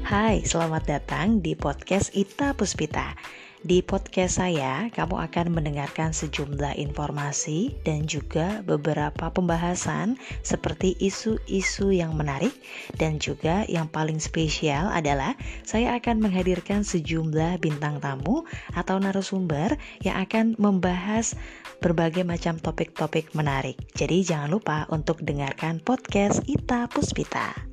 Hai, selamat datang di podcast Ita Puspita. Di podcast saya, kamu akan mendengarkan sejumlah informasi dan juga beberapa pembahasan seperti isu-isu yang menarik. Dan juga yang paling spesial adalah saya akan menghadirkan sejumlah bintang tamu atau narasumber yang akan membahas berbagai macam topik-topik menarik. Jadi jangan lupa untuk dengarkan podcast Ita Puspita.